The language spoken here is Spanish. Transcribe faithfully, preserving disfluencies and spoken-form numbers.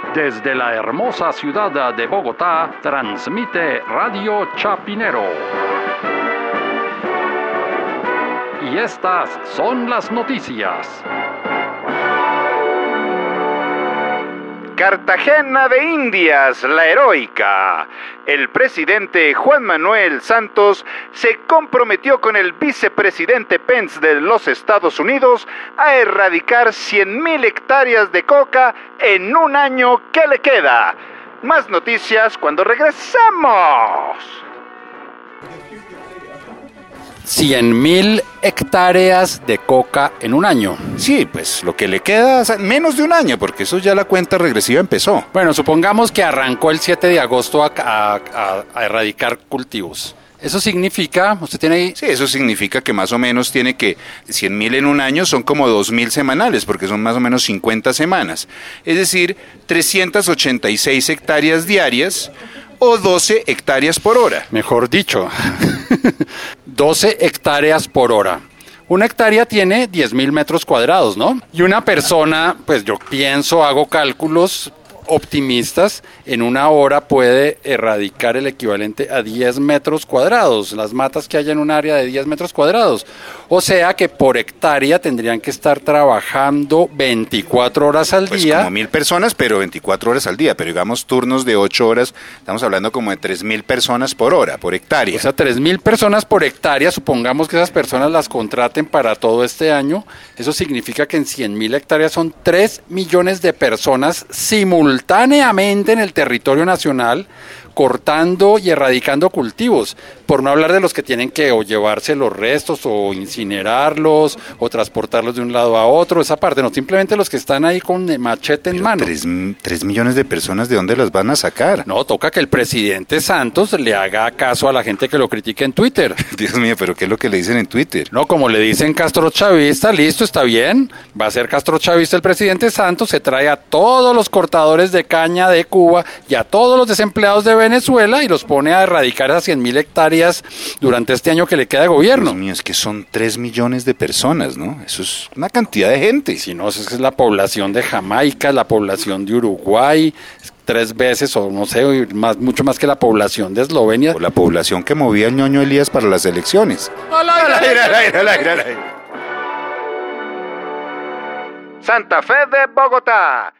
Desde la hermosa ciudad de Bogotá, transmite Radio Chapinero. Y estas son las noticias. Cartagena de Indias, la heroica. El presidente Juan Manuel Santos se comprometió con el vicepresidente Pence de los Estados Unidos a erradicar cien mil hectáreas de coca en un año que le queda. Más noticias cuando regresamos. cien mil hectáreas de coca en un año. Sí, pues lo que le queda, o sea, menos de un año, porque eso ya la cuenta regresiva empezó. Bueno, supongamos que arrancó el siete de agosto a, a, a, a erradicar cultivos. Eso significa, usted tiene ahí... Sí, eso significa que más o menos tiene que cien mil en un año son como dos mil semanales, porque son más o menos cincuenta semanas. Es decir, trescientas ochenta y seis hectáreas diarias o doce hectáreas por hora. Mejor dicho, doce hectáreas por hora. Una hectárea tiene diez mil metros cuadrados, ¿no? Y una persona, pues yo pienso, hago cálculos optimistas, en una hora puede erradicar el equivalente a diez metros cuadrados, las matas que haya en un área de diez metros cuadrados. O sea que por hectárea tendrían que estar trabajando veinticuatro horas al pues día. Como mil personas, pero veinticuatro horas al día, pero digamos turnos de ocho horas, estamos hablando como de tres mil personas por hora, por hectárea. O sea, tres mil personas por hectárea, supongamos que esas personas las contraten para todo este año, eso significa que en cien mil hectáreas son tres millones de personas simultáneamente en el territorio nacional, cortando y erradicando cultivos, por no hablar de los que tienen que o llevarse los restos o incinerarlos o transportarlos de un lado a otro, esa parte, no, simplemente los que están ahí con machete en Pero mano. Tres, tres millones de personas, ¿de dónde las van a sacar? No, toca que el presidente Santos le haga caso a la gente que lo critique en Twitter. Dios mío, ¿pero qué es lo que le dicen en Twitter? No, como le dicen Castro Chavista, listo, está bien, va a ser Castro Chavista el presidente Santos, se trae a todos los cortadores de caña de Cuba y a todos los desempleados de Venezuela y los pone a erradicar esas cien mil hectáreas durante este año que le queda de gobierno. Dios mío, es que son tres millones de personas, ¿no? Eso es una cantidad de gente. Si no, esa es la población de Jamaica, la población de Uruguay, tres veces o no sé, más, mucho más que la población de Eslovenia. O la población que movía el ñoño Elías para las elecciones. ¡Al aire, al aire, al aire, al aire, al aire! Santa Fe de Bogotá.